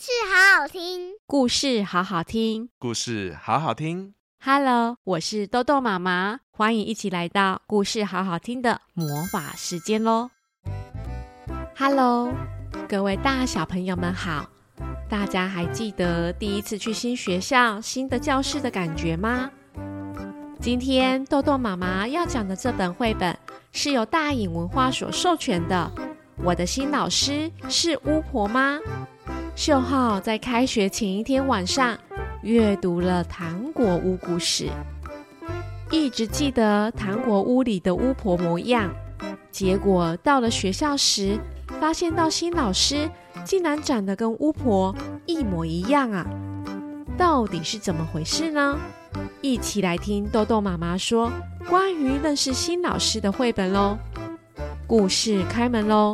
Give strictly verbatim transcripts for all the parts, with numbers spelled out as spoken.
事好好听， 故事好好听， 故事好好听。 Hello， 我是豆豆妈妈，欢迎一起来到故事好好听的魔法时间咯。Hello， 各位大小朋友们好，大家还记得第一次去新学校、新的教室的感觉吗？今天豆豆妈妈要讲的这本绘本是由大颖文化所授权的。我的新老师是巫婆吗？秀浩在开学前一天晚上阅读了糖果屋故事，一直记得糖果屋里的巫婆模样，结果到了学校时，发现到新老师竟然长得跟巫婆一模一样啊！到底是怎么回事呢？一起来听豆豆妈妈说关于认识新老师的绘本咯。故事开门咯。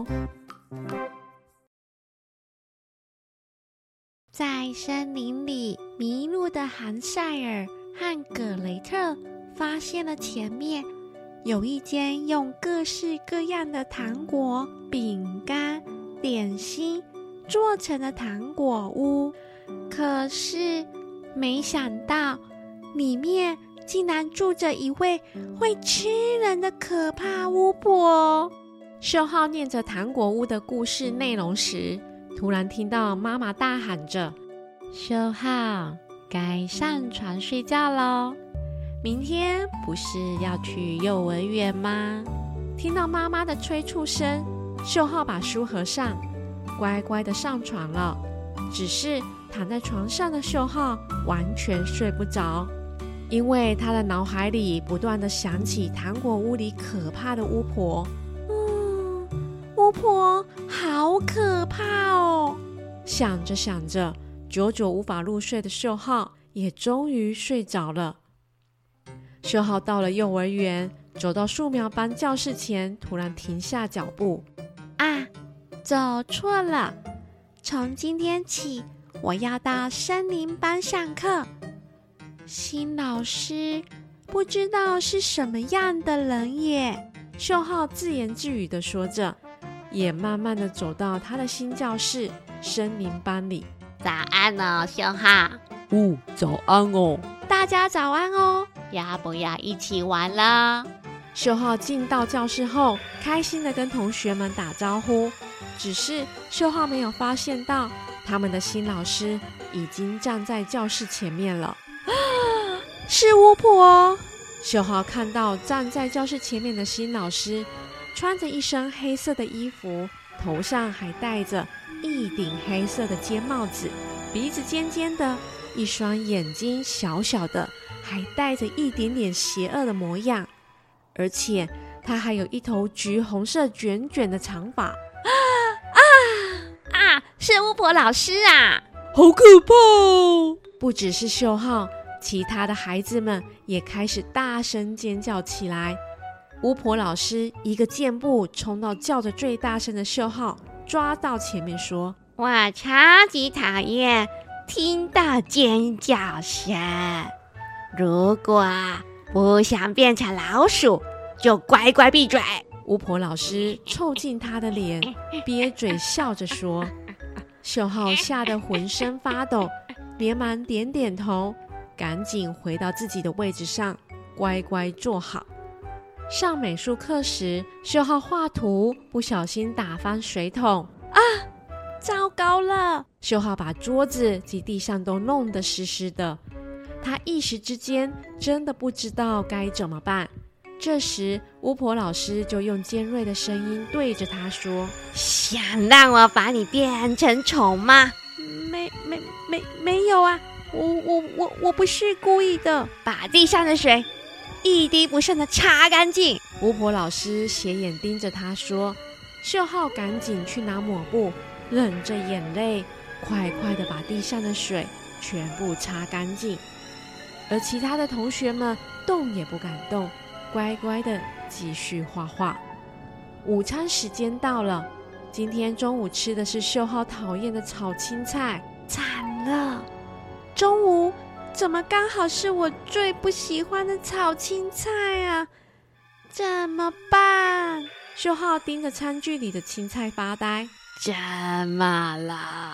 在森林里迷路的韩塞尔和葛雷特发现了前面有一间用各式各样的糖果、饼干、点心做成的糖果屋，可是没想到里面竟然住着一位会吃人的可怕巫婆。秀浩念着糖果屋的故事内容时，突然听到妈妈大喊着：秀浩，该上床睡觉咯，明天不是要去幼儿园吗？听到妈妈的催促声，秀浩把书合上，乖乖的上床了。只是躺在床上的秀浩完全睡不着，因为他的脑海里不断的想起糖果屋里可怕的巫婆。嗯，巫婆好可怕哦！想着想着，久久无法入睡的秀浩也终于睡着了。秀浩到了幼儿园，走到素描班教室前，突然停下脚步。啊，走错了！从今天起，我要到森林班上课。新老师不知道是什么样的人耶，秀浩自言自语地说着，也慢慢地走到他的新教室森林班里。 早安哦，秀浩。 哦，早安哦，大家早安哦， 要不要一起玩了？ 秀浩进到教室后，开心地跟同学们打招呼。只是秀浩没有发现到，他们的新老师已经站在教室前面了。是巫婆！秀浩看到站在教室前面的新老师，穿着一身黑色的衣服，头上还戴着一顶黑色的尖帽子，鼻子尖尖的，一双眼睛小小的，还带着一点点邪恶的模样，而且他还有一头橘红色卷卷的长发。 啊啊！是巫婆老师啊！ 好可怕哦！不只是秀浩，其他的孩子们也开始大声尖叫起来。巫婆老师一个箭步冲到叫着最大声的秀浩，抓到前面说： 我超级讨厌听到尖叫声，如果不想变成老鼠，就乖乖闭嘴。 巫婆老师凑近他的脸，憋嘴笑着说。秀浩吓得浑身发抖，连忙点点头，赶紧回到自己的位置上，乖乖坐好。上美术课时，秀浩画图不小心打翻水桶。啊，糟糕了！秀浩把桌子及地上都弄得湿湿的，他一时之间真的不知道该怎么办。这时巫婆老师就用尖锐的声音对着他说： 想让我把你变成虫吗？ 没没没没有啊，我我我我不是故意的。 把地上的水一滴不剩的擦干净。 巫婆老师斜眼盯着他说。秀浩赶紧去拿抹布，忍着眼泪快快地把地上的水全部擦干净。而其他的同学们动也不敢动，乖乖的继续画画。午餐时间到了，今天中午吃的是秀浩讨厌的炒青菜。惨了，中午怎么刚好是我最不喜欢的炒青菜啊？怎么办？秀浩盯着餐具里的青菜发呆。 怎么了？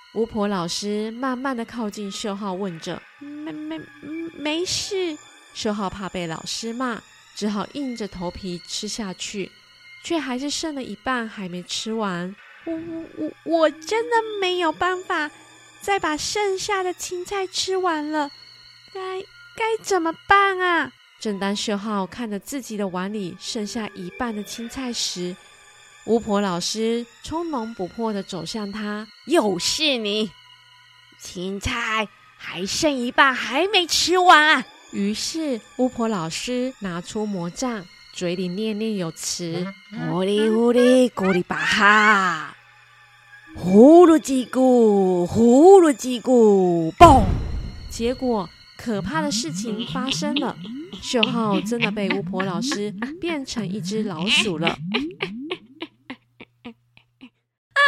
巫婆老师慢慢的靠近秀浩，问着：“ 没没没事。” 秀浩怕被老师骂，只好硬着头皮吃下去，却还是剩了一半还没吃完。 我我我我真的没有办法再把剩下的青菜吃完了，该该怎么办啊？ 正当秀浩看着自己的碗里剩下一半的青菜时，巫婆老师从容不迫地走向他。 又是你，青菜还剩一半还没吃完啊！ 于是巫婆老师拿出魔杖，嘴里念念有词： 呼哩呼哩咕哩巴哈，呼噜叽咕呼噜叽咕，嘣！ 结果可怕的事情发生了，秀浩真的被巫婆老师变成一只老鼠了。 啊！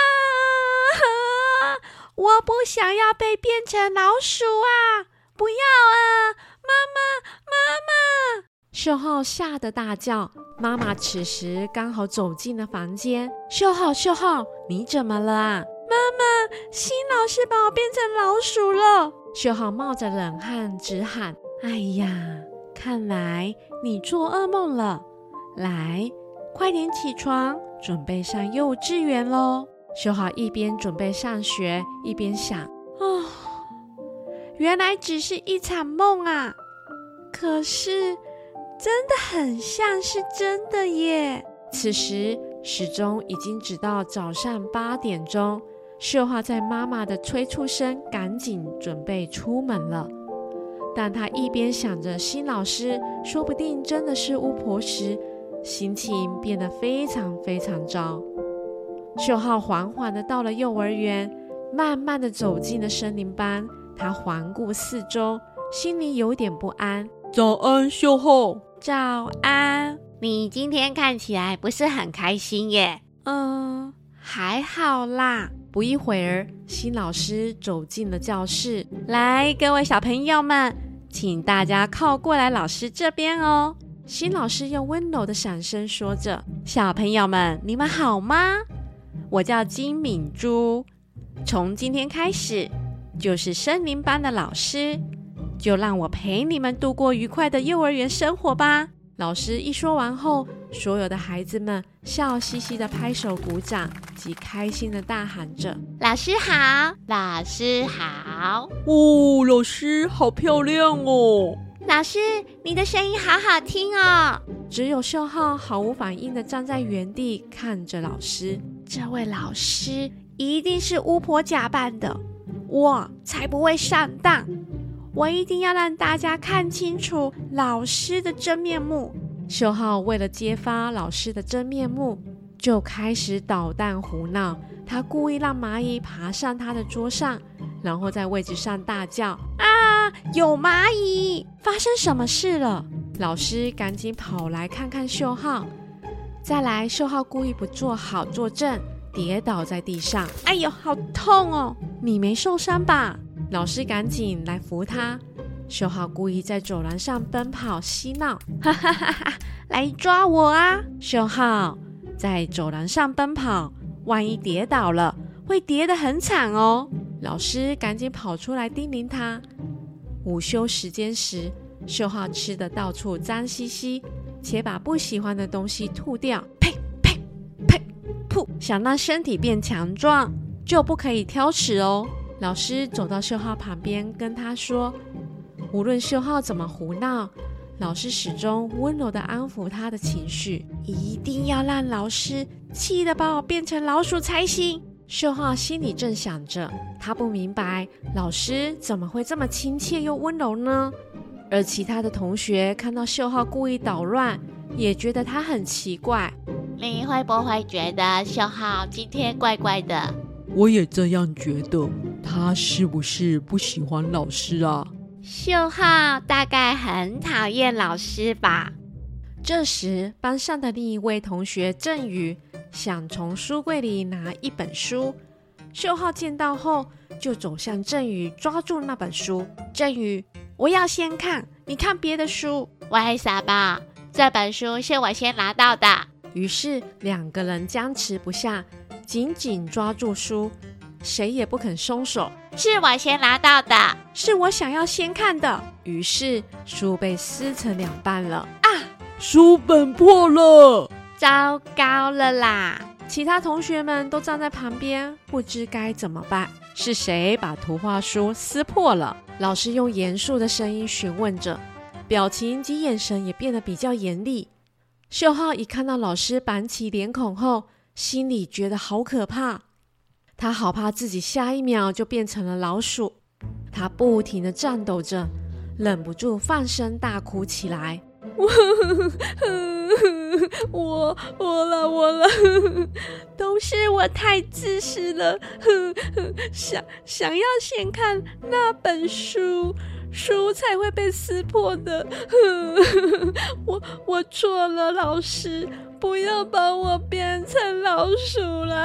我不想要被变成老鼠啊！不要啊！妈妈，妈妈！ 秀浩吓得大叫。妈妈此时刚好走进了房间。秀浩，秀浩，你怎么了啊？ 妈妈，新老师把我变成老鼠了。 秀浩冒着冷汗直喊：哎呀，看来你做噩梦了。来，快点起床，准备上幼稚园咯。秀浩一边准备上学，一边想： 哦，原来只是一场梦啊！可是真的很像是真的耶。 此时时钟已经指到早上八点钟，秀浩在妈妈的催促声赶紧准备出门了。但他一边想着新老师说不定真的是巫婆时，心情变得非常非常糟。秀浩缓缓地到了幼儿园，慢慢地走进了森林班。他环顾四周，心里有点不安。 早安，秀浩。 早安。你今天看起来不是很开心耶？ 嗯，还好啦。不一会儿，新老师走进了教室。 来，各位小朋友们，请大家靠过来老师这边哦。 新老师用温柔的闪声说着： 小朋友们，你们好吗？我叫金敏珠，从今天开始就是森林班的老师，就让我陪你们度过愉快的幼儿园生活吧。 老师一说完后，所有的孩子们笑嘻嘻的拍手鼓掌，及开心的大喊着： 老师好，老师好。 哦，老师好漂亮哦。 老师，你的声音好好听哦。 只有秀浩毫无反应地站在原地看着老师。 这位老师一定是巫婆假扮的，我才不会上当。我一定要让大家看清楚老师的真面目。 秀浩为了揭发老师的真面目，就开始捣蛋胡闹。他故意让蚂蚁爬上他的桌上，然后在位置上大叫： 啊，有蚂蚁！ 发生什么事了？老师赶紧跑来看看秀浩。再来，秀浩故意不坐好坐正，跌倒在地上。 哎呦，好痛哦！ 你没受伤吧？老师赶紧来扶他。秀浩故意在走廊上奔跑嬉闹， 哈哈哈哈！来抓我啊！ 秀浩在走廊上奔跑，万一跌倒了，会跌得很惨哦。老师赶紧跑出来叮咛他。午休时间时，秀浩吃得到处脏兮兮，且把不喜欢的东西吐掉。呸呸呸噗！想让身体变强壮，就不可以挑食哦。老师走到秀浩旁边跟他说，无论秀浩怎么胡闹，老师始终温柔地安抚他的情绪， 一定要让老师气得把我变成老鼠才行。 秀浩心里正想着，他不明白老师怎么会这么亲切又温柔呢？而其他的同学看到秀浩故意捣乱，也觉得他很奇怪。 你会不会觉得秀浩今天怪怪的？ 我也这样觉得，他是不是不喜欢老师啊？ 秀浩大概很讨厌老师吧。 这时，班上的另一位同学郑宇想从书柜里拿一本书，秀浩见到后就走向郑宇，抓住那本书。 郑宇，我要先看，你看别的书。为什么？这本书是我先拿到的。 于是两个人僵持不下，紧紧抓住书。 谁也不肯松手。 是我先拿到的， 是我想要先看的。于是书被撕成两半了。 啊，书本破了！ 糟糕了啦！ 其他同学们都站在旁边，不知该怎么办。是谁把图画书撕破了？老师用严肃的声音询问着，表情及眼神也变得比较严厉。秀浩一看到老师板起脸孔后，心里觉得好可怕。他好怕自己下一秒就变成了老鼠。他不停地颤抖着，忍不住放声大哭起来。我我了我了， 都是我太自私了， 想想要先看那本书，书才会被撕破的。我我错了，老师，不要把我变成老鼠了。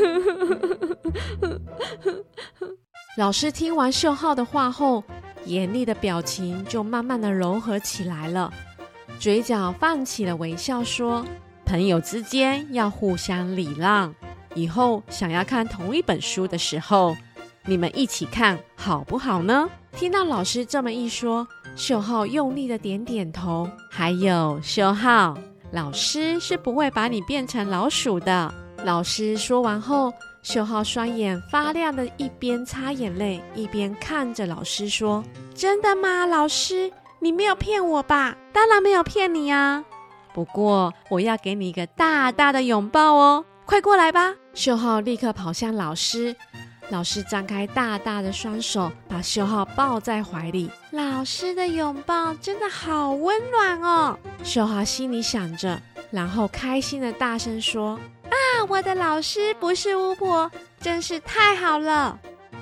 老师听完秀浩的话后，严厉的表情就慢慢的柔和起来了，嘴角放起了微笑，说：朋友之间要互相礼让，以后想要看同一本书的时候，你们一起看好不好呢？听到老师这么一说，秀浩用力的点点头。还有秀浩，老师是不会把你变成老鼠的。老师说完后，秀浩双眼发亮的一边擦眼泪，一边看着老师说：真的吗，老师？你没有骗我吧？当然没有骗你啊，不过我要给你一个大大的拥抱哦，快过来吧。秀浩立刻跑向老师，老师张开大大的双手，把秀浩抱在怀里。 老师的拥抱真的好温暖哦， 秀浩心里想着，然后开心的大声说： 啊，我的老师不是巫婆，真是太好了。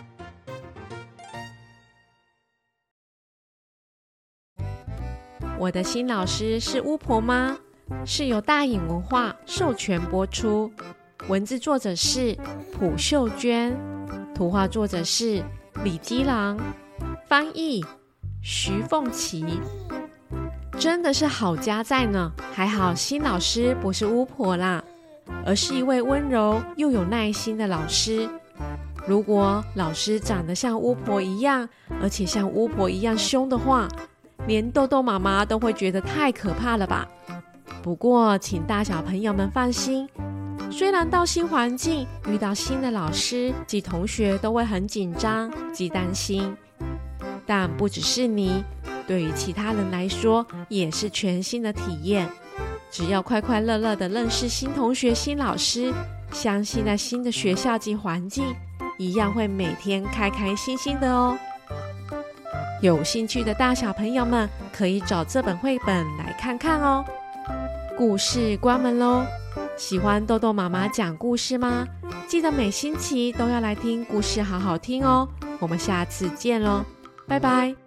我的新老师是巫婆吗？是由大颖文化授权播出，文字作者是朴秀娟，图画作者是李基郎，翻译徐凤琪。真的是好家在呢，还好新老师不是巫婆啦，而是一位温柔又有耐心的老师。如果老师长得像巫婆一样，而且像巫婆一样凶的话，连豆豆妈妈都会觉得太可怕了吧。不过请大小朋友们放心，虽然到新环境遇到新的老师及同学都会很紧张及担心，但不只是你，对于其他人来说也是全新的体验。只要快快乐乐的认识新同学新老师，相信在新的学校及环境一样会每天开开心心的哦。有兴趣的大小朋友们可以找这本绘本来看看哦。故事关门咯，喜欢豆豆妈妈讲故事吗？记得每星期都要来听故事好好听哦。我们下次见咯，拜拜。